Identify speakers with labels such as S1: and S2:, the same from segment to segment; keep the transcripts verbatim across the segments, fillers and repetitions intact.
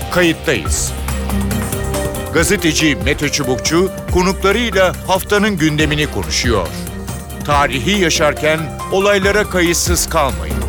S1: Kayıttayız. Gazeteci Mete Çubukçu konuklarıyla haftanın gündemini konuşuyor. Tarihi yaşarken olaylara kayıtsız kalmayın.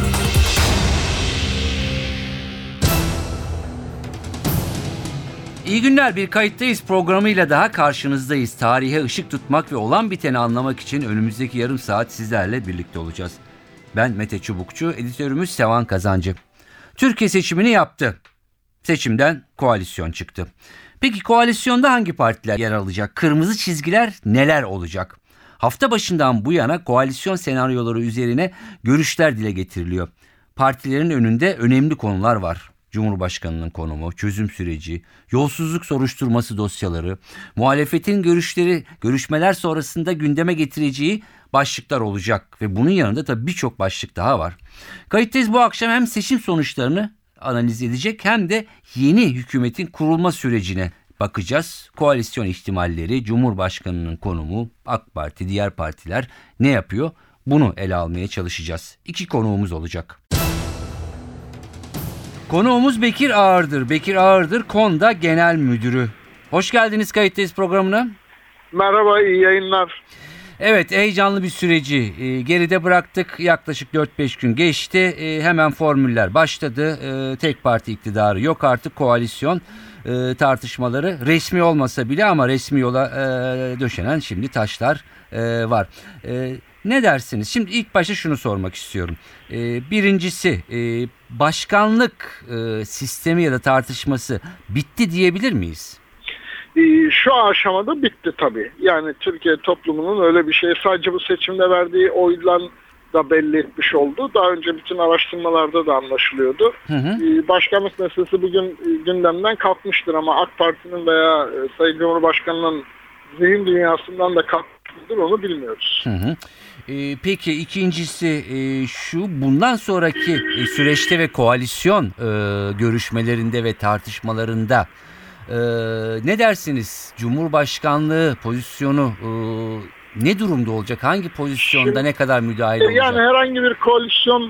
S2: İyi günler, bir Kayıttayız programıyla daha karşınızdayız. Tarihe ışık tutmak ve olan biteni anlamak için önümüzdeki yarım saat sizlerle birlikte olacağız. Ben Mete Çubukçu, editörümüz Sevan Kazancı. Türkiye seçimini yaptı. Seçimden koalisyon çıktı. Peki koalisyonda hangi partiler yer alacak? Kırmızı çizgiler neler olacak? Hafta başından bu yana koalisyon senaryoları üzerine görüşler dile getiriliyor. Partilerin önünde önemli konular var. Cumhurbaşkanının konumu, çözüm süreci, yolsuzluk soruşturması dosyaları, muhalefetin görüşleri, görüşmeler sonrasında gündeme getireceği başlıklar olacak ve bunun yanında tabii birçok başlık daha var. Kayıttayız bu akşam hem seçim sonuçlarını analiz edecek hem de yeni hükümetin kurulma sürecine bakacağız. Koalisyon ihtimalleri, Cumhurbaşkanının konumu, AK Parti, diğer partiler ne yapıyor? Bunu ele almaya çalışacağız. İki konuğumuz olacak. Konuğumuz Bekir Ağırdır. Bekir Ağırdır, KONDA Genel Müdürü. Hoş geldiniz Kayıttayız programına.
S3: Merhaba, iyi yayınlar.
S2: Evet, heyecanlı bir süreci e, geride bıraktık. Yaklaşık dört beş gün geçti. E, hemen formüller başladı. E, tek parti iktidarı yok artık, koalisyon e, tartışmaları resmi olmasa bile ama resmi yola e, döşenen şimdi taşlar e, var. E, ne dersiniz? Şimdi ilk başta şunu sormak istiyorum. E, birincisi e, başkanlık e, sistemi ya da tartışması bitti diyebilir miyiz?
S3: Şu aşamada bitti tabii. Yani Türkiye toplumunun öyle bir şey sadece bu seçimde verdiği oyla da belli etmiş oldu. Daha önce bütün araştırmalarda da anlaşılıyordu. Hı hı. Başkanlık meselesi bugün gündemden kalkmıştır ama AK Parti'nin veya Sayın Cumhurbaşkanı'nın zihin dünyasından da kalkmıştır, onu bilmiyoruz.
S2: Hı hı. Ee, peki ikincisi e, şu, bundan sonraki e, süreçte ve koalisyon e, görüşmelerinde ve tartışmalarında e, ne dersiniz? Cumhurbaşkanlığı pozisyonu e, ne durumda olacak? Hangi pozisyonda Şimdi, ne kadar müdahale olacak?
S3: Yani herhangi bir koalisyon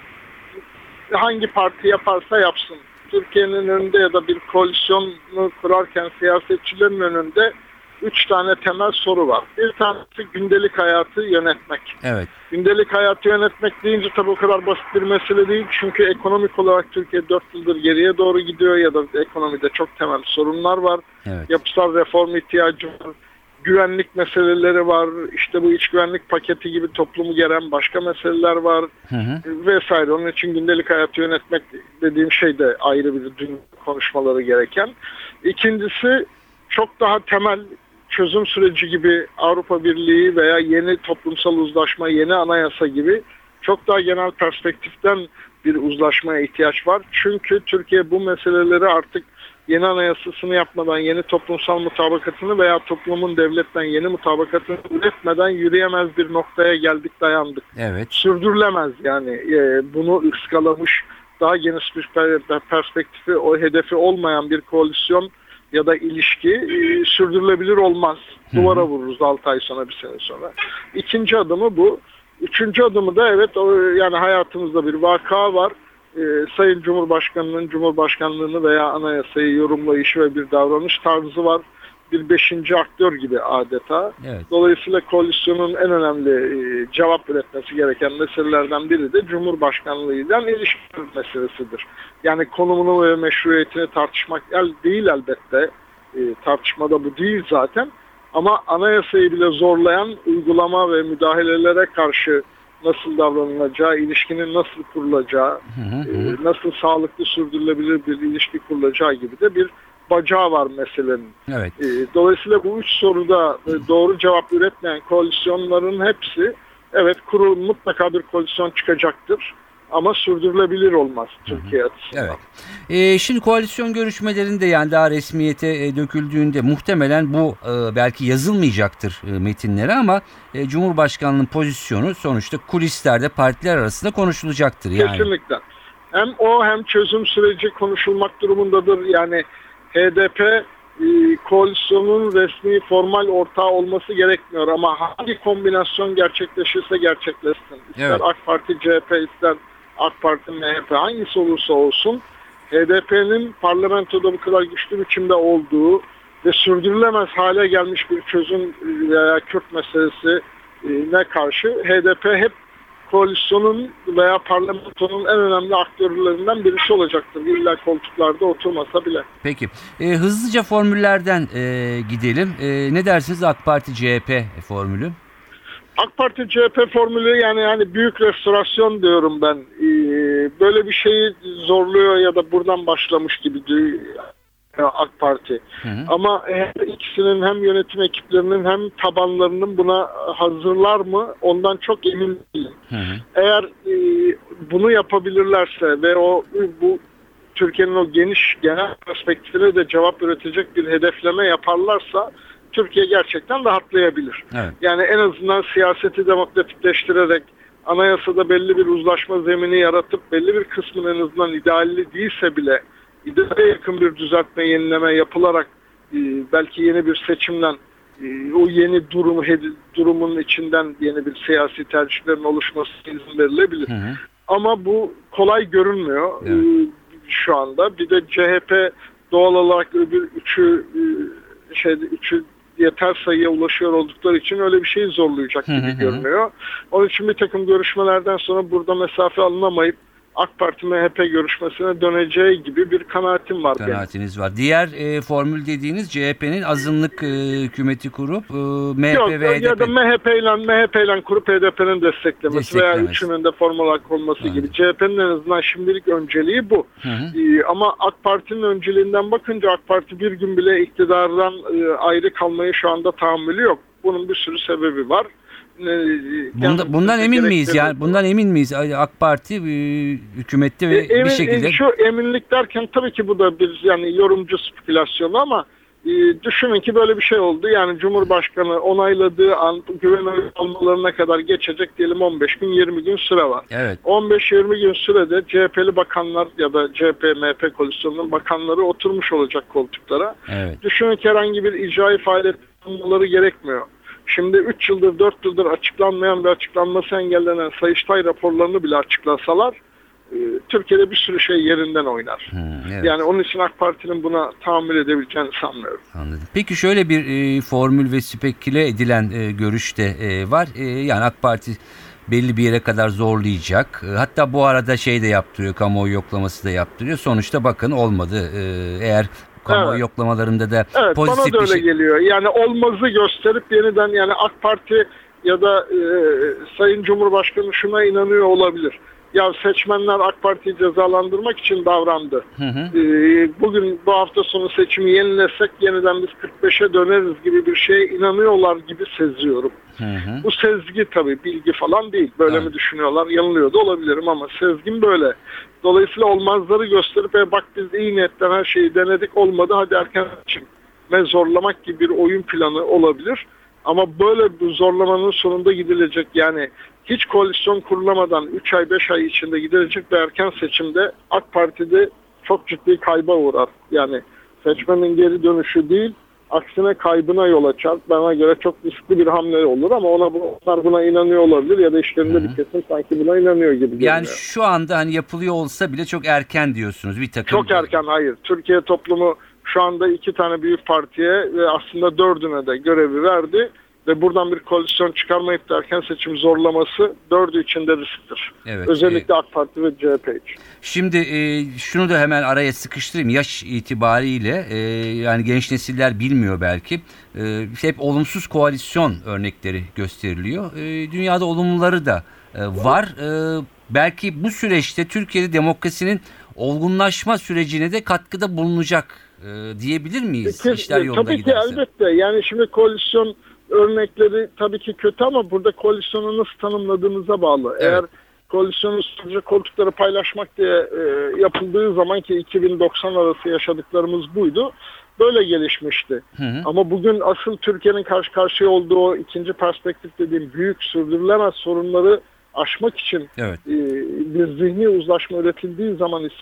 S3: hangi parti yaparsa yapsın, Türkiye'nin önünde ya da bir koalisyonu kurarken siyasetçilerin önünde üç tane temel soru var. Bir tanesi gündelik hayatı yönetmek.
S2: Evet.
S3: Gündelik hayatı yönetmek deyince tabii o kadar basit bir mesele değil. Çünkü ekonomik olarak Türkiye dört yıldır geriye doğru gidiyor ya da ekonomide çok temel sorunlar var. Evet. Yapısal reform ihtiyacı var. Güvenlik meseleleri var. İşte bu iç güvenlik paketi gibi toplumu geren başka meseleler var. Hı hı. Vesaire. Onun için gündelik hayatı yönetmek dediğim şey de ayrı bir dünya konuşmaları gereken. İkincisi çok daha temel çözüm süreci gibi Avrupa Birliği veya yeni toplumsal uzlaşma, yeni anayasa gibi çok daha genel perspektiften bir uzlaşmaya ihtiyaç var. Çünkü Türkiye bu meseleleri artık yeni anayasasını yapmadan, yeni toplumsal mutabakatını veya toplumun devletten yeni mutabakatını üretmeden yürüyemez bir noktaya geldik, dayandık.
S2: Evet.
S3: Sürdürülemez yani. E, bunu ıskalamış, daha geniş bir perspektifi, o hedefi olmayan bir koalisyon ya da ilişki e, sürdürülebilir olmaz. Duvara vururuz altı ay sonra, bir sene sonra. İkinci adımı bu. Üçüncü adımı da evet o, yani hayatımızda bir vaka var. E, Sayın Cumhurbaşkanı'nın Cumhurbaşkanlığını veya anayasayı yorumlayışı ve bir davranış tarzı var. Bir beşinci aktör gibi adeta. Evet. Dolayısıyla koalisyonun en önemli e, cevap üretmesi gereken meselelerden biri de Cumhurbaşkanlığı'yla ilişki meselesidir. Yani konumunu ve meşruiyetini tartışmak el, değil elbette. E, tartışmada bu değil zaten. Ama anayasayı bile zorlayan uygulama ve müdahalelere karşı nasıl davranılacağı, ilişkinin nasıl kurulacağı, hı hı. E, nasıl sağlıklı sürdürülebilir bir ilişki kurulacağı gibi de bir bacağı var meselenin. Evet. E, dolayısıyla bu üç soruda e, doğru cevap üretmeyen koalisyonların hepsi, evet kurul mutlaka bir koalisyon çıkacaktır. Ama sürdürülebilir olmaz Türkiye hı hı. açısından.
S2: Evet. Ee, şimdi koalisyon görüşmelerinde, yani daha resmiyete e, döküldüğünde muhtemelen bu e, belki yazılmayacaktır e, metinleri ama e, Cumhurbaşkanlığının pozisyonu sonuçta kulislerde partiler arasında konuşulacaktır. Yani.
S3: Kesinlikle. Hem o hem çözüm süreci konuşulmak durumundadır. Yani H D P e, koalisyonun resmi formal ortağı olması gerekmiyor ama hangi kombinasyon gerçekleşirse gerçekleşsin. İster evet. AK Parti, C H P, ister AK Parti, M H P, hangisi olursa olsun H D P'nin parlamentoda bu kadar güçlü biçimde olduğu ve sürdürülemez hale gelmiş bir çözüm veya Kürt meselesine karşı H D P hep koalisyonun veya parlamentonun en önemli aktörlerinden birisi olacaktır. İlla koltuklarda oturmasa bile.
S2: Peki. E, hızlıca formüllerden e, gidelim. E, ne dersiniz AK Parti C H P formülü?
S3: AK Parti C H P formülü yani yani büyük restorasyon diyorum ben. Ee, böyle bir şeyi zorluyor ya da buradan başlamış gibi diyor AK Parti. Hı hı. Ama hem ikisinin hem yönetim ekiplerinin hem tabanlarının buna hazırlar mı ondan çok emin değilim. Hı hı. Eğer e, bunu yapabilirlerse ve o bu Türkiye'nin o geniş genel perspektifine de cevap üretecek bir hedefleme yaparlarsa Türkiye gerçekten rahatlayabilir. Evet. Yani en azından siyaseti demokratikleştirerek anayasada belli bir uzlaşma zemini yaratıp belli bir kısmın en azından idealli değilse bile ideale yakın bir düzeltme, yenileme yapılarak e, belki yeni bir seçimden e, o yeni durumu durumun içinden yeni bir siyasi tercihlerin oluşmasına izin verilebilir. Hı hı. Ama bu kolay görünmüyor evet. e, şu anda. Bir de C H P doğal olarak öbür üçü e, şeyde üçü yeter sayıya ulaşıyor oldukları için öyle bir şeyi zorlayacak gibi hı hı. görünüyor. Onun için bir takım görüşmelerden sonra burada mesafe alınamayıp AK Parti M H P görüşmesine döneceği gibi bir kanaatim var.
S2: Kanaatiniz benim. Var. Diğer e, formül dediğiniz C H P'nin azınlık e, hükümeti kurup e, M H P
S3: Yok,
S2: ve H D P.
S3: Ya da M H P ile M H P ile kurup H D P'nin desteklemesi, desteklemesi veya üçünün de formal olarak olması evet. gibi. C H P'nin en azından şimdilik önceliği bu. Hı hı. Ee, ama AK Parti'nin önceliğinden bakınca AK Parti bir gün bile iktidardan e, ayrı kalmayı şu anda tahammülü yok. Bunun bir sürü sebebi var.
S2: Bunda, bundan emin miyiz yani? Bundan emin miyiz? AK Parti e, hükümette ve
S3: e,
S2: bir şekilde.
S3: Şu eminlik derken tabii ki bu da bir yani yorumcu spekülasyonu ama e, düşünün ki böyle bir şey oldu. Yani Cumhurbaşkanı onayladığı an güven oyu almalarına kadar geçecek diyelim on beş gün yirmi gün süre var. Evet. on beş yirmi gün sürede C H P'li bakanlar ya da C H P M H P koalisyonunun bakanları oturmuş olacak koltuklara. Evet. Düşünün ki herhangi bir icraî faaliyet yapmaları gerekmiyor. Şimdi üç yıldır dört yıldır açıklanmayan ve açıklanması engellenen Sayıştay raporlarını bile açıklasalar e, Türkiye'de bir sürü şey yerinden oynar. Hmm, evet. Yani onun için AK Parti'nin buna tahammül edebileceğini sanmıyorum.
S2: Anladım. Peki şöyle bir e, formül ve speküle edilen e, görüş de e, var. E, yani AK Parti belli bir yere kadar zorlayacak. E, hatta bu arada şey de yaptırıyor, kamuoyu yoklaması da yaptırıyor. Sonuçta bakın olmadı. E, eğer kamuoyu evet. yoklamalarında da
S3: evet,
S2: pozitif
S3: bana da öyle
S2: bir şey
S3: geliyor. Yani olmazı gösterip yeniden yani AK Parti ya da e, Sayın Cumhurbaşkanı şuna inanıyor olabilir. Ya seçmenler AK Parti'yi cezalandırmak için davrandı. Hı hı. E, bugün bu hafta sonu seçimi yenilesek yeniden biz kırk beşe döneriz gibi bir şeye inanıyorlar gibi seziyorum. Hı hı. Bu sezgi tabii bilgi falan değil. Böyle evet. mi düşünüyorlar? Yanılıyor da olabilirim ama sezgim böyle. Dolayısıyla olmazları gösterip e, bak biz iyi niyetten her şeyi denedik olmadı hadi erken seçime zorlamak gibi bir oyun planı olabilir. Ama böyle bir zorlamanın sonunda gidilecek yani hiç koalisyon kurulamadan üç ay beş ay içinde gidilecek bir erken seçimde AK Parti'de çok ciddi kayba uğrar. Yani seçmenin geri dönüşü değil aksine kaybına yol açar. Bana göre çok riskli bir hamle olur ama ona onlar buna inanıyor olabilir ya da işlerinde bir kesim sanki buna inanıyor gibi görünüyor.
S2: Yani şu anda hani yapılıyor olsa bile çok erken diyorsunuz bir takım.
S3: Çok erken hayır. Türkiye toplumu şu anda iki tane büyük partiye ve aslında dördüne de görevi verdi. Ve buradan bir koalisyon çıkarmayıp da erken seçim zorlaması dördü için de risktir. Evet, özellikle e, AK Parti ve C H P için.
S2: Şimdi e, şunu da hemen araya sıkıştırayım. Yaş itibariyle e, yani genç nesiller bilmiyor belki. E, hep olumsuz koalisyon örnekleri gösteriliyor. E, dünyada olumluları da e, var. E, belki bu süreçte Türkiye'de demokrasinin olgunlaşma sürecine de katkıda bulunacak e, diyebilir miyiz?
S3: Kesinlikle, İşler yolunda tabii giderse. Tabii ki elbette. Yani şimdi koalisyon örnekleri tabii ki kötü ama burada koalisyonu nasıl tanımladığınıza bağlı. Evet. Eğer koalisyonu sadece koltukları paylaşmak diye e, yapıldığı zaman ki iki bin doksan arası yaşadıklarımız buydu. Böyle gelişmişti. Hı hı. Ama bugün asıl Türkiye'nin karşı karşıya olduğu o ikinci perspektif dediğim büyük sürdürülemez sorunları aşmak için evet. e, bir zihni uzlaşma üretildiği zaman ise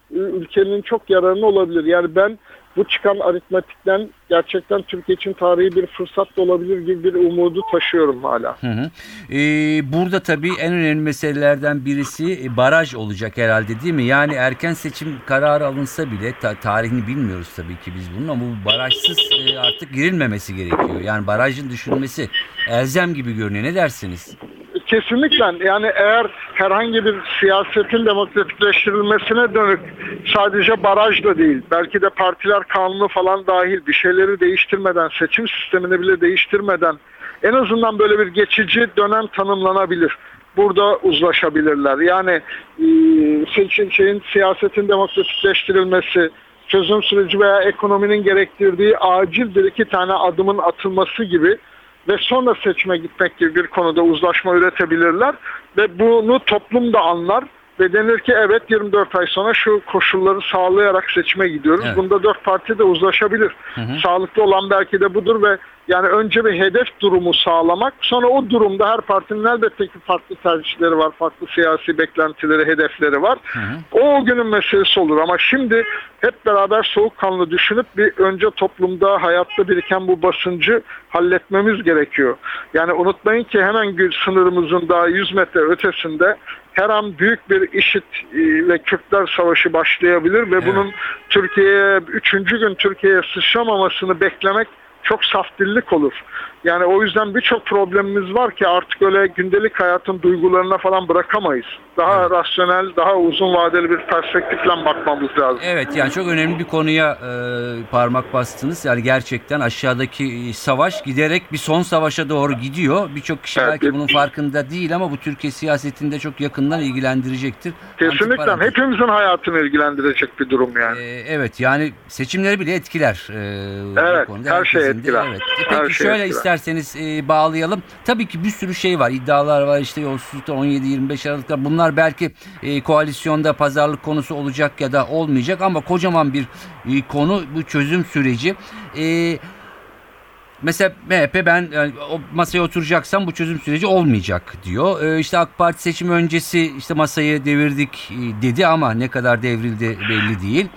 S3: ülkenin çok yararına olabilir. Yani ben bu çıkan aritmetikten gerçekten Türkiye için tarihi bir fırsat da olabilir gibi bir umudu taşıyorum hala.
S2: Hı hı. Ee, burada tabii en önemli meselelerden birisi baraj olacak herhalde, değil mi? Yani erken seçim kararı alınsa bile ta- tarihini bilmiyoruz tabii ki biz bunun, ama bu barajsız e, artık girilmemesi gerekiyor. Yani barajın düşünülmesi elzem gibi görünüyor. Ne dersiniz?
S3: Kesinlikle, yani eğer herhangi bir siyasetin demokratikleştirilmesine dönük sadece baraj da değil, belki de partiler kanunu falan dahil bir şeyleri değiştirmeden, seçim sistemini bile değiştirmeden en azından böyle bir geçici dönem tanımlanabilir. Burada uzlaşabilirler. Yani e, seçim şeyin, siyasetin demokratikleştirilmesi, çözüm süreci veya ekonominin gerektirdiği acil bir iki tane adımın atılması gibi ve sonra seçime gitmek gibi bir konuda uzlaşma üretebilirler ve bunu toplum da anlar ve denir ki evet, yirmi dört ay sonra şu koşulları sağlayarak seçime gidiyoruz.
S2: Evet.
S3: Bunda dört parti de uzlaşabilir.
S2: Hı hı.
S3: Sağlıklı olan belki de budur ve yani önce bir hedef durumu sağlamak, sonra o durumda her partinin elbette ki farklı tercihleri var, farklı siyasi beklentileri, hedefleri var.
S2: Hı hı.
S3: O, o günün meselesi olur ama şimdi hep beraber soğukkanlı düşünüp bir önce toplumda, hayatta biriken bu basıncı halletmemiz gerekiyor. Yani unutmayın ki hemen sınırımızın daha yüz metre ötesinde her an büyük bir IŞİD ve Kürtler savaşı başlayabilir ve
S2: Evet.
S3: bunun Türkiye'ye, üçüncü gün Türkiye'ye sıçramamasını beklemek çok safdillik olur. Yani o yüzden birçok problemimiz var ki artık öyle gündelik hayatın duygularına falan bırakamayız. Daha
S2: Evet.
S3: rasyonel, daha uzun vadeli bir perspektifle bakmamız lazım.
S2: Evet, yani çok önemli bir konuya e, parmak bastınız. Yani gerçekten aşağıdaki savaş giderek bir son savaşa doğru gidiyor. Birçok kişi
S3: Evet,
S2: belki
S3: bir-
S2: bunun farkında değil ama bu Türkiye siyasetinde çok yakından ilgilendirecektir.
S3: Kesinlikle
S2: Antiparantez-
S3: hepimizin hayatını ilgilendirecek bir durum yani.
S2: Ee, evet, yani seçimleri bile etkiler. Ee, bu
S3: Evet,
S2: konuda.
S3: her şey
S2: Herkesin de-
S3: etkiler.
S2: Evet.
S3: Her
S2: Peki
S3: şey
S2: şöyle
S3: etkiler.
S2: isterseniz e, bağlayalım. Tabii ki bir sürü şey var. İddialar var, işte yolsuzlukta on yedi yirmi beş Aralık'ta. Bunlar belki e, koalisyonda pazarlık konusu olacak ya da olmayacak ama kocaman bir e, konu bu çözüm süreci. E, Mesela M H P, ben yani, o masaya oturacaksam bu çözüm süreci olmayacak diyor. Ee, işte AK Parti seçim öncesi işte masayı devirdik e, dedi ama ne kadar devrildi belli değil.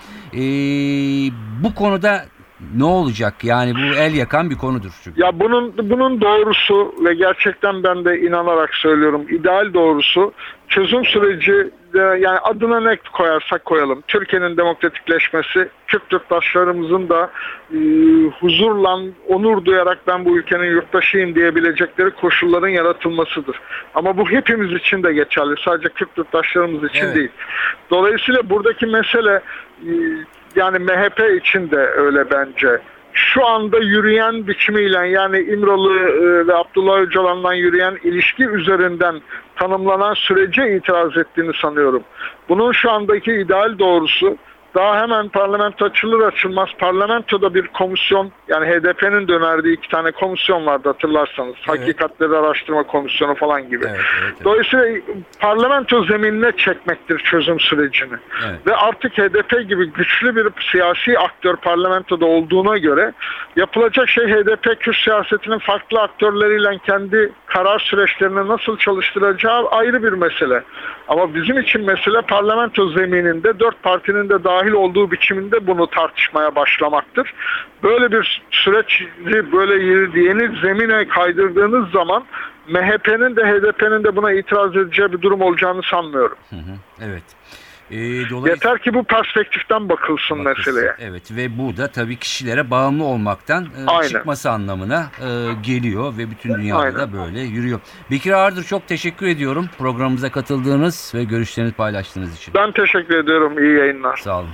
S2: Ee, bu konuda ne olacak? Yani bu el yakan bir konudur çünkü.
S3: Ya bunun bunun doğrusu ve gerçekten ben de inanarak söylüyorum, ideal doğrusu çözüm süreci de, yani adına ne koyarsak koyalım, Türkiye'nin demokratikleşmesi, Kürt yurttaşlarımızın da e, huzurla, onur duyarak ben bu ülkenin yurttaşıyım diyebilecekleri koşulların yaratılmasıdır. Ama bu hepimiz için de geçerli, sadece Kürt yurttaşlarımız için
S2: Evet.
S3: değil. Dolayısıyla buradaki mesele e, yani M H P için de öyle bence. Şu anda yürüyen biçimiyle, yani İmralı e, ve Abdullah Öcalan'dan yürüyen ilişki üzerinden tanımlanan sürece itiraz ettiğini sanıyorum. Bunun şu andaki ideal doğrusu, daha hemen parlamento açılır açılmaz parlamentoda bir komisyon, yani H D P'nin de önerdiği iki tane komisyon vardı hatırlarsanız.
S2: Evet.
S3: Hakikatleri Araştırma Komisyonu falan gibi.
S2: Evet, evet, evet.
S3: Dolayısıyla parlamento zeminine çekmektir çözüm sürecini.
S2: Evet.
S3: Ve artık H D P gibi güçlü bir siyasi aktör parlamentoda olduğuna göre yapılacak şey H D P Kürt siyasetinin farklı aktörleriyle kendi karar süreçlerini nasıl çalıştıracağı ayrı bir mesele. Ama bizim için mesele parlamento zemininde dört partinin de dahil olduğu biçiminde bunu tartışmaya başlamaktır. Böyle bir süreci, böyle yeni zemine kaydırdığınız zaman M H P'nin de H D P'nin de buna itiraz edeceği bir durum olacağını sanmıyorum.
S2: Hı hı, evet. Ee, dolayısıyla
S3: Yeter ki bu perspektiften bakılsın
S2: Bakılsın.
S3: meseleye.
S2: Evet, ve bu da tabii kişilere bağımlı olmaktan e,
S3: Aynen.
S2: çıkması anlamına e, geliyor ve bütün dünyada
S3: Aynen.
S2: da böyle yürüyor. Bekir Ağırdır, çok teşekkür ediyorum programımıza katıldığınız ve görüşlerinizi paylaştığınız için.
S3: Ben teşekkür ediyorum. İyi yayınlar.
S2: Sağ olun.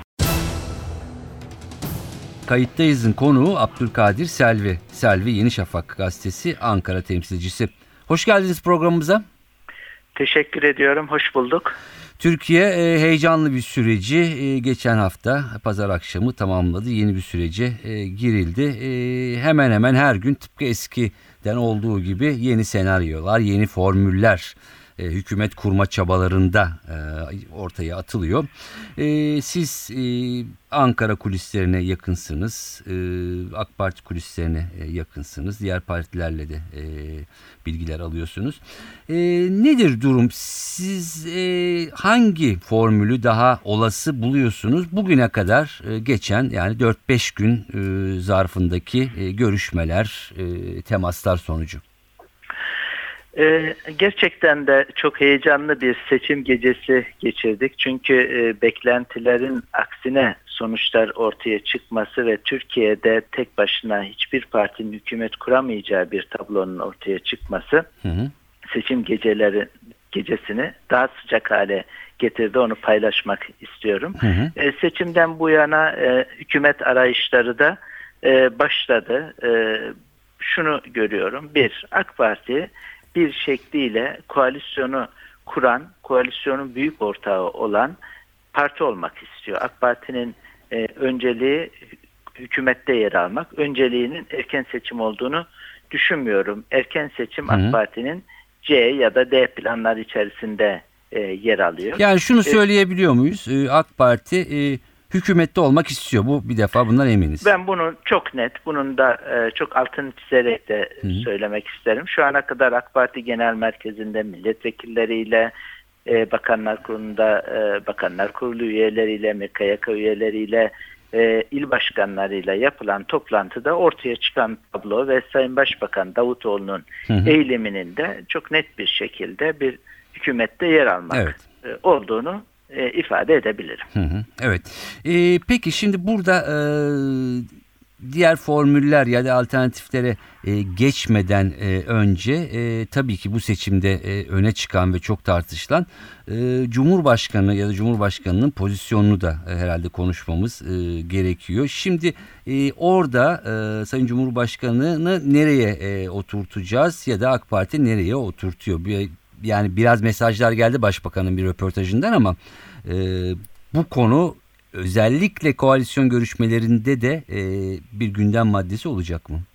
S2: Kayıttayız'ın konuğu Abdülkadir Selvi. Selvi Yeni Şafak gazetesi Ankara temsilcisi. Hoş geldiniz programımıza.
S4: Teşekkür ediyorum. Hoş bulduk.
S2: Türkiye e, heyecanlı bir süreci e, geçen hafta pazar akşamı tamamladı. Yeni bir sürece e, girildi. E, hemen hemen her gün tıpkı eskiden olduğu gibi yeni senaryolar, yeni formüller e, hükümet kurma çabalarında e, ortaya atılıyor. E, siz e, Ankara kulislerine yakınsınız, e, AK Parti kulislerine e, yakınsınız, diğer partilerle de e, bilgiler alıyorsunuz. E, nedir durum? Siz e, hangi formülü daha olası buluyorsunuz bugüne kadar e, geçen yani dört beş gün e, zarfındaki e, görüşmeler, e, temaslar sonucu?
S4: Ee, gerçekten de çok heyecanlı bir seçim gecesi geçirdik. Çünkü e, beklentilerin aksine sonuçlar ortaya çıkması ve Türkiye'de tek başına hiçbir partinin hükümet kuramayacağı bir tablonun ortaya çıkması
S2: Hı hı.
S4: seçim geceleri gecesini daha sıcak hale getirdi. Onu paylaşmak istiyorum.
S2: Hı hı.
S4: E, seçimden bu yana e, hükümet arayışları da e, başladı. E, şunu görüyorum. Bir, AK Parti bir şekliyle koalisyonu kuran, koalisyonun büyük ortağı olan parti olmak istiyor. AK Parti'nin e, önceliği hükümette yer almak, önceliğinin erken seçim olduğunu düşünmüyorum. Erken seçim
S2: Hı hı.
S4: AK Parti'nin C ya da D planlar içerisinde e, yer alıyor.
S2: Yani şunu söyleyebiliyor muyuz? E, AK Parti e, hükümette olmak istiyor. Bu bir defa bundan eminiz.
S4: Ben bunu çok net, bunun da e, çok altını çizerek de
S2: Hı hı.
S4: söylemek isterim. Şu ana kadar AK Parti Genel Merkezi'nde milletvekilleriyle, e, Bakanlar Kurulu'nda e, Bakanlar Kurulu üyeleriyle, M K Y K üyeleriyle, e, il başkanlarıyla yapılan toplantıda ortaya çıkan tablo ve Sayın Başbakan Davutoğlu'nun
S2: Hı hı.
S4: eyleminin de çok net bir şekilde bir hükümette yer almak
S2: Evet.
S4: e, olduğunu e, ifade edebilirim.
S2: Hı hı, evet. Ee, peki şimdi burada e, diğer formüller ya da alternatiflere e, geçmeden e, önce e, tabii ki bu seçimde e, öne çıkan ve çok tartışılan e, Cumhurbaşkanı ya da Cumhurbaşkanı'nın pozisyonunu da e, herhalde konuşmamız e, gerekiyor. Şimdi e, orada e, Sayın Cumhurbaşkanı'nı nereye e, oturtacağız ya da AK Parti nereye oturtuyor? Bir, yani biraz mesajlar geldi Başbakan'ın bir röportajından ama e, bu konu özellikle koalisyon görüşmelerinde de e, bir gündem maddesi olacak mı?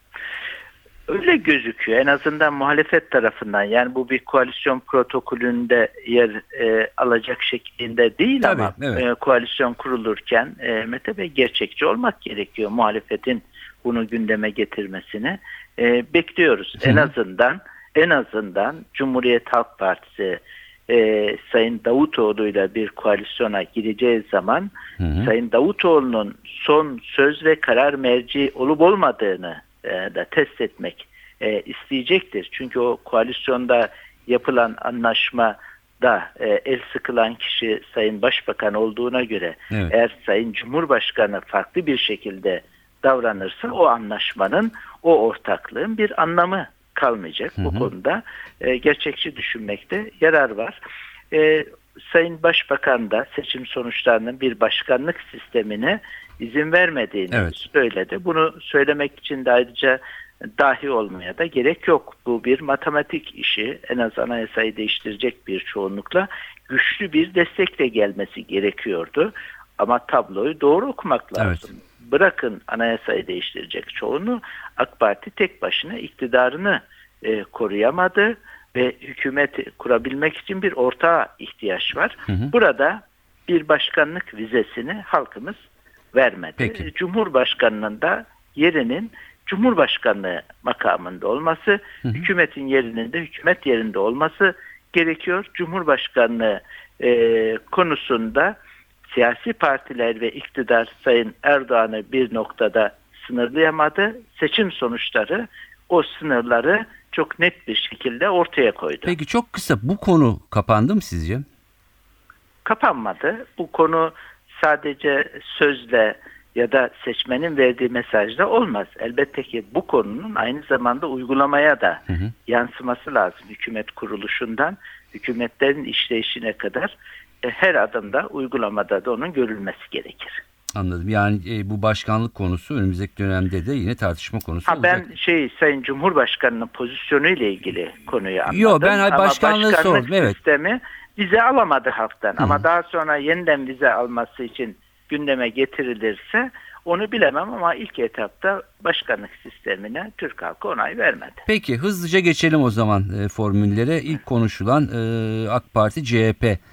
S4: Öyle gözüküyor. En azından muhalefet tarafından. Yani bu bir koalisyon protokolünde yer e, alacak şeklinde değil.
S2: Tabii,
S4: ama
S2: evet.
S4: e, koalisyon kurulurken e, Mete Bey gerçekçi olmak gerekiyor. Muhalefetin bunu gündeme getirmesini e, bekliyoruz.
S2: Hı.
S4: En azından en azından Cumhuriyet Halk Partisi e, Sayın Davutoğlu'yla bir koalisyona gireceği zaman
S2: Hı hı.
S4: Sayın Davutoğlu'nun son söz ve karar merci olup olmadığını e, da test etmek e, isteyecektir. Çünkü o koalisyonda yapılan anlaşmada e, el sıkılan kişi Sayın Başbakan olduğuna göre
S2: Evet.
S4: eğer Sayın Cumhurbaşkanı farklı bir şekilde davranırsa o anlaşmanın, o ortaklığın bir anlamı kalmayacak.
S2: Hı hı.
S4: Bu konuda e, gerçekçi düşünmekte yarar var. E, Sayın Başbakan da seçim sonuçlarının bir başkanlık sistemine izin vermediğini
S2: Evet.
S4: söyledi. Bunu söylemek için de ayrıca dahi olmaya da gerek yok. Bu bir matematik işi. En az anayasayı değiştirecek bir çoğunlukla güçlü bir destekle gelmesi gerekiyordu. Ama tabloyu doğru okumak lazım.
S2: Evet.
S4: Bırakın anayasayı değiştirecek çoğunu, AK Parti tek başına iktidarını e, koruyamadı ve hükümeti kurabilmek için bir ortağa ihtiyaç var.
S2: Hı hı.
S4: Burada bir başkanlık vizesini halkımız vermedi.
S2: Peki.
S4: Cumhurbaşkanının da yerinin Cumhurbaşkanlığı makamında olması,
S2: Hı hı.
S4: hükümetin yerinin de hükümet yerinde olması gerekiyor. Cumhurbaşkanlığı e, konusunda siyasi partiler ve iktidar Sayın Erdoğan'ı bir noktada sınırlayamadı. Seçim sonuçları o sınırları çok net bir şekilde ortaya koydu.
S2: Peki çok kısa, bu konu kapandı mı sizce?
S4: Kapanmadı. Bu konu sadece sözle ya da seçmenin verdiği mesajla olmaz. Elbette ki bu konunun aynı zamanda uygulamaya da
S2: Hı hı.
S4: yansıması lazım. Hükümet kuruluşundan hükümetlerin işleyişine kadar e, her adımda uygulamada da onun görülmesi gerekir.
S2: Anladım. Yani e, bu başkanlık konusu önümüzdeki dönemde de yine tartışma konusu
S4: Ha,
S2: olacak.
S4: ben şey Sayın Cumhurbaşkanı'nın pozisyonu ile ilgili konuyu anladım.
S2: Yo, ben
S4: Ama
S2: başkanlığı
S4: başkanlık
S2: sordum, evet.
S4: sistemi vize alamadı halktan.
S2: Hı.
S4: Ama daha sonra yeniden vize alması için gündeme getirilirse onu bilemem ama ilk etapta başkanlık sistemine Türk halkı onay vermedi.
S2: Peki hızlıca geçelim o zaman e, formüllere. İlk konuşulan e, AK Parti C H P.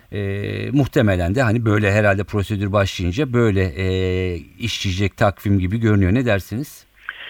S2: E, muhtemelen de hani böyle herhalde prosedür başlayınca böyle e, işleyecek takvim gibi görünüyor. Ne dersiniz?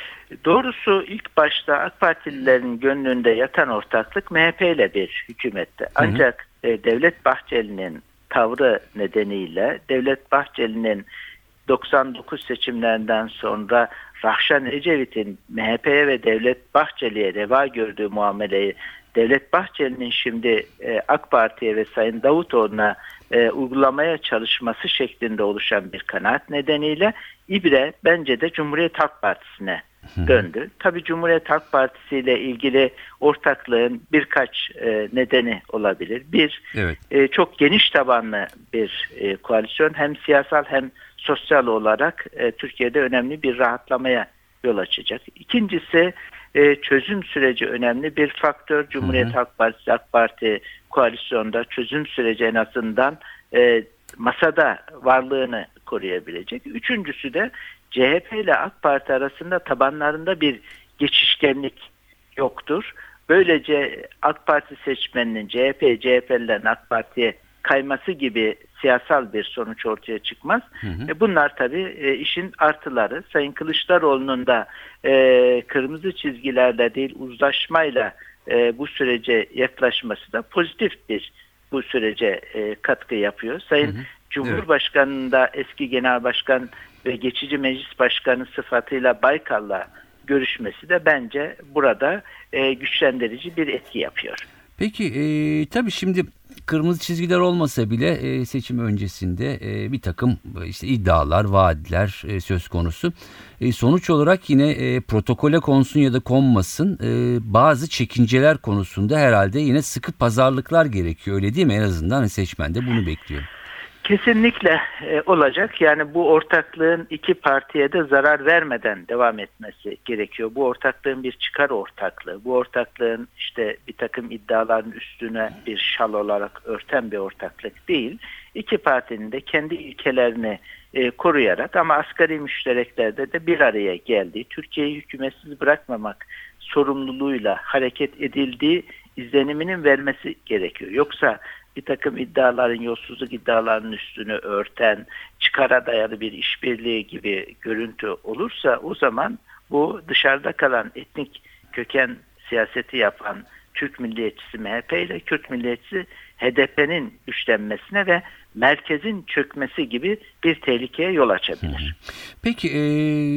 S4: Doğrusu ilk başta AK Partililerin gönlünde yatan ortaklık M H P ile bir hükümette. Ancak e, Devlet Bahçeli'nin tavrı nedeniyle Devlet Bahçeli'nin doksan dokuz seçimlerinden sonra Rahşan Ecevit'in M H P'ye ve Devlet Bahçeli'ye reva gördüğü muameleyi Devlet Bahçeli'nin şimdi e, AK Parti'ye ve Sayın Davutoğlu'na e, uygulamaya çalışması şeklinde oluşan bir kanaat nedeniyle ibre bence de Cumhuriyet Halk Partisi'ne döndü. Tabii Cumhuriyet Halk Partisi ile ilgili ortaklığın birkaç e, nedeni olabilir. Bir,
S2: evet.
S4: e, çok geniş tabanlı bir e, koalisyon, hem siyasal hem sosyal olarak e, Türkiye'de önemli bir rahatlamaya yol açacak. İkincisi, e, çözüm süreci önemli bir faktör. Cumhuriyet hı hı. Halk Partisi, AK Parti koalisyonda çözüm süreci en azından e, masada varlığını koruyabilecek. Üçüncüsü de C H P ile AK Parti arasında tabanlarında bir geçişkenlik yoktur. Böylece AK Parti seçmeninin C H P, C H P'lilerin AK Parti'ye kayması gibi siyasal bir sonuç ortaya çıkmaz. Hı hı. E bunlar tabii e, işin artıları. Sayın Kılıçdaroğlu'nun da e, kırmızı çizgilerle değil uzlaşmayla e, bu sürece yaklaşması da pozitif bir bu sürece e, katkı yapıyor. Sayın hı hı. Cumhurbaşkanı'nın da eski Genel Başkan ve geçici Meclis Başkanı sıfatıyla Baykal'la görüşmesi de bence burada e, güçlendirici bir etki yapıyor.
S2: Peki e, tabii şimdi kırmızı çizgiler olmasa bile e, seçim öncesinde e, bir takım işte iddialar, vaatler e, söz konusu. E, sonuç olarak yine e, protokole konsun ya da konmasın e, bazı çekinceler konusunda herhalde yine sıkı pazarlıklar gerekiyor. Öyle değil mi? En azından seçmen de bunu bekliyor.
S4: Kesinlikle e, olacak. Yani bu ortaklığın iki partiye de zarar vermeden devam etmesi gerekiyor. Bu ortaklığın bir çıkar ortaklığı. Bu ortaklığın işte bir takım iddiaların üstüne bir şal olarak örten bir ortaklık değil. İki partinin de kendi ilkelerini e, koruyarak ama asgari müştereklerde de bir araya geldiği, Türkiye'yi hükümetsiz bırakmamak sorumluluğuyla hareket edildiği izleniminin vermesi gerekiyor. Yoksa bir takım iddiaların, yolsuzluk iddialarının üstünü örten, çıkara dayalı bir işbirliği gibi görüntü olursa o zaman bu dışarıda kalan etnik köken siyaseti yapan Türk milliyetçisi M H P ile Kürt milliyetçisi H D P'nin güçlenmesine ve merkezin çökmesi gibi bir tehlikeye yol açabilir.
S2: Peki e,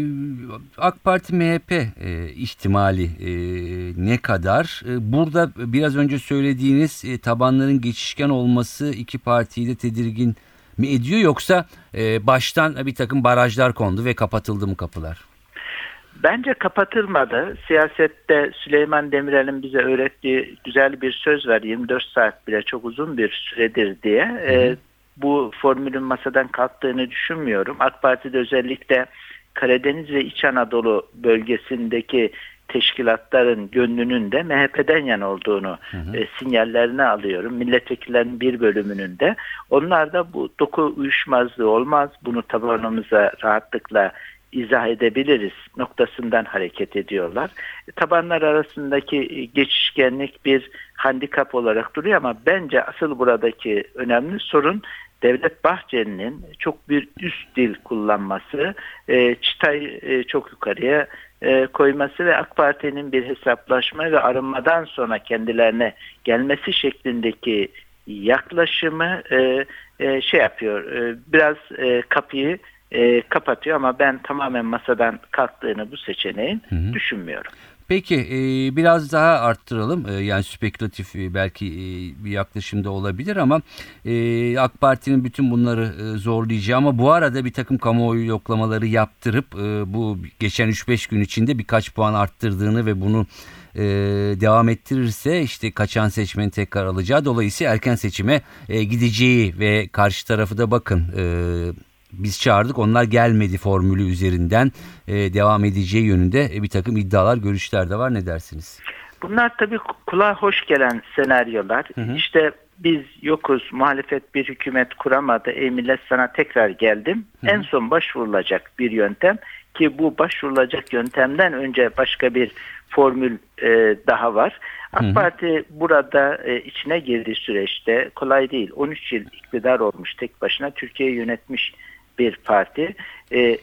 S2: AK Parti M H P e, ihtimali e, ne kadar? E, burada biraz önce söylediğiniz e, tabanların geçişken olması iki partiyi de tedirgin mi ediyor, yoksa e, baştan bir takım barajlar kondu ve kapatıldı mı kapılar?
S4: Bence kapatılmadı. Siyasette Süleyman Demirel'in bize öğrettiği güzel bir söz var. yirmi dört saat bile çok uzun bir süredir diye. Hı hı. E, bu formülün masadan kalktığını düşünmüyorum. AK Parti'de özellikle Karadeniz ve İç Anadolu bölgesindeki teşkilatların gönlünün de M H P'den yana olduğunu hı hı. E, sinyallerini alıyorum. Milletvekillerinin bir bölümünün de. Onlar da bu doku uyuşmazlığı olmaz. Bunu tabanımıza rahatlıkla izah edebiliriz noktasından hareket ediyorlar. Tabanlar arasındaki geçişkenlik bir handikap olarak duruyor ama bence asıl buradaki önemli sorun Devlet Bahçeli'nin çok bir üst dil kullanması, e, çıtayı e, çok yukarıya e, koyması ve AK Parti'nin bir hesaplaşma ve arınmadan sonra kendilerine gelmesi şeklindeki yaklaşımı e, e, şey yapıyor, e, biraz e, kapıyı E, kapatıyor ama ben tamamen masadan kalktığını bu seçeneğin hı hı. düşünmüyorum.
S2: Peki e, biraz daha arttıralım. E, yani spekülatif e, belki e, bir yaklaşımda olabilir ama e, AK Parti'nin bütün bunları e, zorlayacağı ama bu arada bir takım kamuoyu yoklamaları yaptırıp e, bu geçen üç beş gün içinde birkaç puan arttırdığını ve bunu e, devam ettirirse işte kaçan seçmeni tekrar alacağı, dolayısıyla erken seçime e, gideceği ve karşı tarafı da bakın e, biz çağırdık onlar gelmedi formülü üzerinden e, devam edeceği yönünde bir takım iddialar, görüşler de var. Ne dersiniz?
S4: Bunlar tabii kulağa hoş gelen senaryolar. Hı hı. İşte biz yokuz, muhalefet bir hükümet kuramadı, ey millet sana tekrar geldim. Hı. En son başvurulacak bir yöntem ki bu başvurulacak yöntemden önce başka bir formül e, daha var. AK Hı. Parti burada e, içine girdiği süreçte kolay değil. on üç yıl iktidar olmuş, tek başına Türkiye'yi yönetmiş bir parti. E,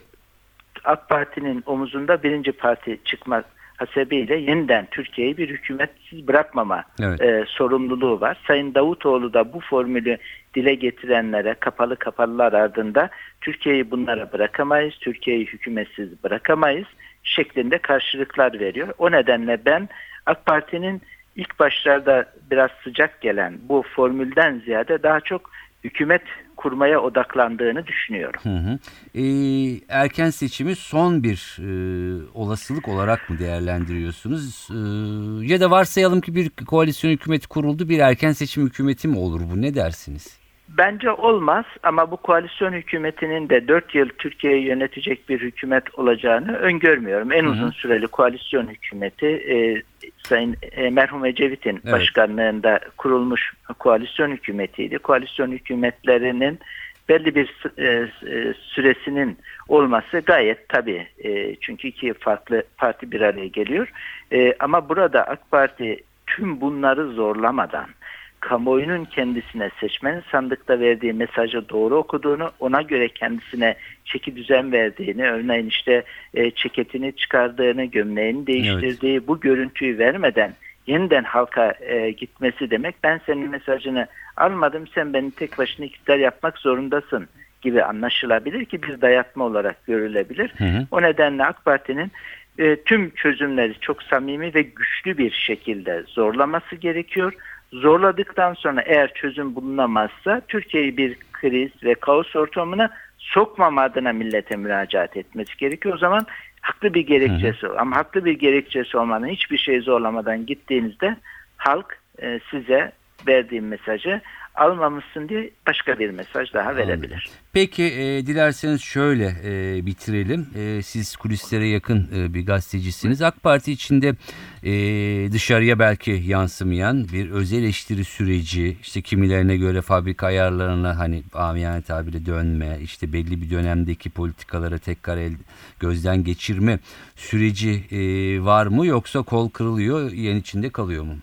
S4: AK Parti'nin omuzunda birinci parti çıkma hasebiyle yeniden Türkiye'yi bir hükümetsiz bırakmama evet. e, sorumluluğu var. Sayın Davutoğlu da bu formülü dile getirenlere, kapalı kapalılar ardında Türkiye'yi bunlara bırakamayız, Türkiye'yi hükümetsiz bırakamayız şeklinde karşılıklar veriyor. O nedenle ben AK Parti'nin ilk başlarda biraz sıcak gelen bu formülden ziyade daha çok hükümet kurmaya odaklandığını düşünüyorum. Hı hı.
S2: Ee, erken seçimi son bir e, olasılık olarak mı değerlendiriyorsunuz? Ee, ya da varsayalım ki bir koalisyon hükümeti kuruldu, bir erken seçim hükümeti mi olur bu? Ne dersiniz?
S4: Bence olmaz ama bu koalisyon hükümetinin de dört yıl Türkiye'yi yönetecek bir hükümet olacağını öngörmüyorum. En hı hı. uzun süreli koalisyon hükümeti e, Sayın e, merhum Ecevit'in evet. başkanlığında kurulmuş koalisyon hükümetiydi. Koalisyon hükümetlerinin belli bir e, süresinin olması gayet tabii. E, çünkü iki farklı parti bir araya geliyor. E, ama burada AK Parti tüm bunları zorlamadan kamuoyunun kendisine, seçmenin sandıkta verdiği mesajı doğru okuduğunu, ona göre kendisine çeki düzen verdiğini, örneğin işte e, ceketini çıkardığını, gömleğini değiştirdiği evet. bu görüntüyü vermeden yeniden halka e, gitmesi demek, ben senin mesajını almadım, sen beni tek başına iktidar yapmak zorundasın gibi anlaşılabilir ki bir dayatma olarak görülebilir. Hı hı. O nedenle AK Parti'nin e, tüm çözümleri çok samimi ve güçlü bir şekilde zorlaması gerekiyor. Zorladıktan sonra eğer çözüm bulunamazsa Türkiye'yi bir kriz ve kaos ortamına sokmama adına millete müracaat etmesi gerekiyor. O zaman haklı bir gerekçesi hı hı. ama haklı bir gerekçesi olmadan, hiçbir şey zorlamadan gittiğinizde halk e, size verdiğim mesajı almamışsın diye başka bir mesaj daha verebilir.
S2: Peki e, dilerseniz şöyle e, bitirelim. E, siz kulislere yakın e, bir gazetecisiniz. AK Parti içinde e, dışarıya belki yansımayan bir özel eleştiri süreci, işte kimilerine göre fabrika ayarlarına hani amiyane tabirle dönme, işte belli bir dönemdeki politikaları tekrar el, gözden geçirme süreci e, var mı, yoksa kol kırılıyor, yen içinde kalıyor mu?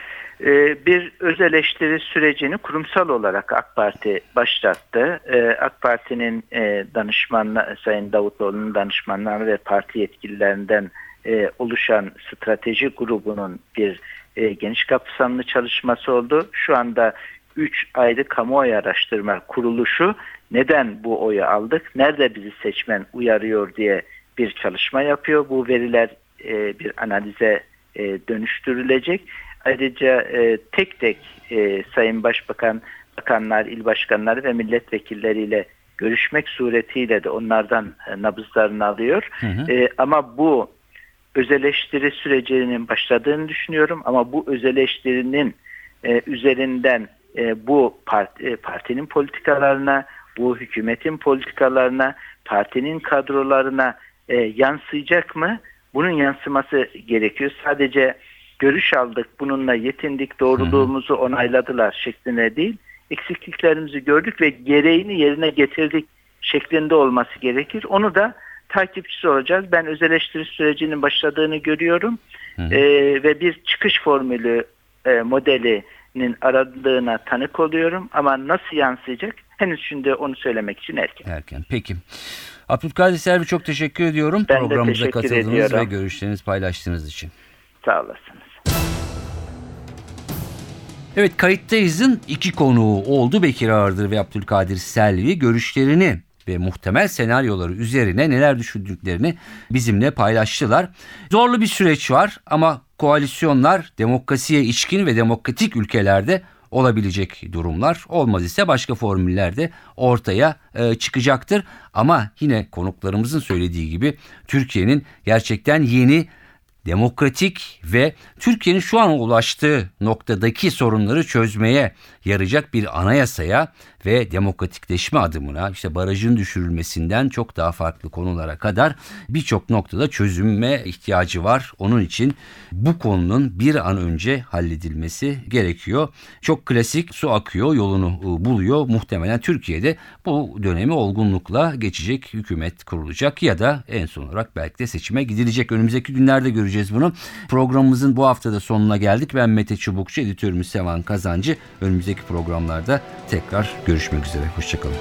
S4: Bir öz eleştiri sürecini kurumsal olarak AK Parti başlattı. AK Parti'nin danışmanları, Sayın Davutoğlu'nun danışmanları ve parti yetkililerinden oluşan strateji grubunun bir geniş kapsamlı çalışması oldu. Şu anda üç ayrı kamuoyu araştırma kuruluşu neden bu oyu aldık, nerede bizi seçmen uyarıyor diye bir çalışma yapıyor. Bu veriler bir analize dönüştürülecek. Ayrıca e, tek tek e, Sayın Başbakan, bakanlar, il başkanları ve milletvekilleriyle görüşmek suretiyle de onlardan e, nabızlarını alıyor. Hı hı. E, ama bu öz eleştiri sürecinin başladığını düşünüyorum. Ama bu öz eleştirinin e, üzerinden e, bu part, e, partinin politikalarına, bu hükümetin politikalarına, partinin kadrolarına e, yansıyacak mı? Bunun yansıması gerekiyor. Sadece görüş aldık, bununla yetindik, doğruluğumuzu onayladılar şeklinde değil, eksikliklerimizi gördük ve gereğini yerine getirdik şeklinde olması gerekir. Onu da takipçisi olacağız. Ben öz eleştiri sürecinin başladığını görüyorum ee, ve bir çıkış formülü e, modelinin aradığına tanık oluyorum ama nasıl yansıyacak henüz şimdi onu söylemek için erken.
S2: Erken. Peki. Abdülkadir Selvi, çok teşekkür ediyorum.
S4: Ben
S2: Programımıza katıldığınız
S4: ediyorum.
S2: ve görüşlerinizi paylaştığınız için.
S4: Sağ olasınız.
S2: Evet, kayıttayız'ın iki konuğu oldu. Bekir Ağırdır ve Abdülkadir Selvi görüşlerini ve muhtemel senaryoları üzerine neler düşündüklerini bizimle paylaştılar. Zorlu bir süreç var ama koalisyonlar demokrasiye içkin ve demokratik ülkelerde olabilecek durumlar. Olmaz ise başka formüller de ortaya e, çıkacaktır. Ama yine konuklarımızın söylediği gibi Türkiye'nin gerçekten yeni, demokratik ve Türkiye'nin şu an ulaştığı noktadaki sorunları çözmeye yarayacak bir anayasaya ve demokratikleşme adımına, işte barajın düşürülmesinden çok daha farklı konulara kadar birçok noktada çözüme ihtiyacı var. Onun için bu konunun bir an önce halledilmesi gerekiyor. Çok klasik, su akıyor, yolunu buluyor. Muhtemelen Türkiye'de bu dönemi olgunlukla geçecek, hükümet kurulacak ya da en son olarak belki de seçime gidilecek. Önümüzdeki günlerde göreceğiz bunu. Programımızın bu haftada sonuna geldik. Ben Mete Çubukçu, editörümüz Sevan Kazancı. Önümüzdeki programlarda tekrar görüşmek üzere. Hoşçakalın.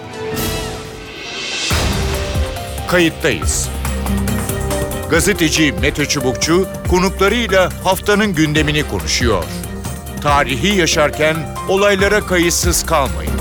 S1: Kayıttayız. Gazeteci Mete Çubukçu konuklarıyla haftanın gündemini konuşuyor. Tarihi yaşarken olaylara kayıtsız kalmayın.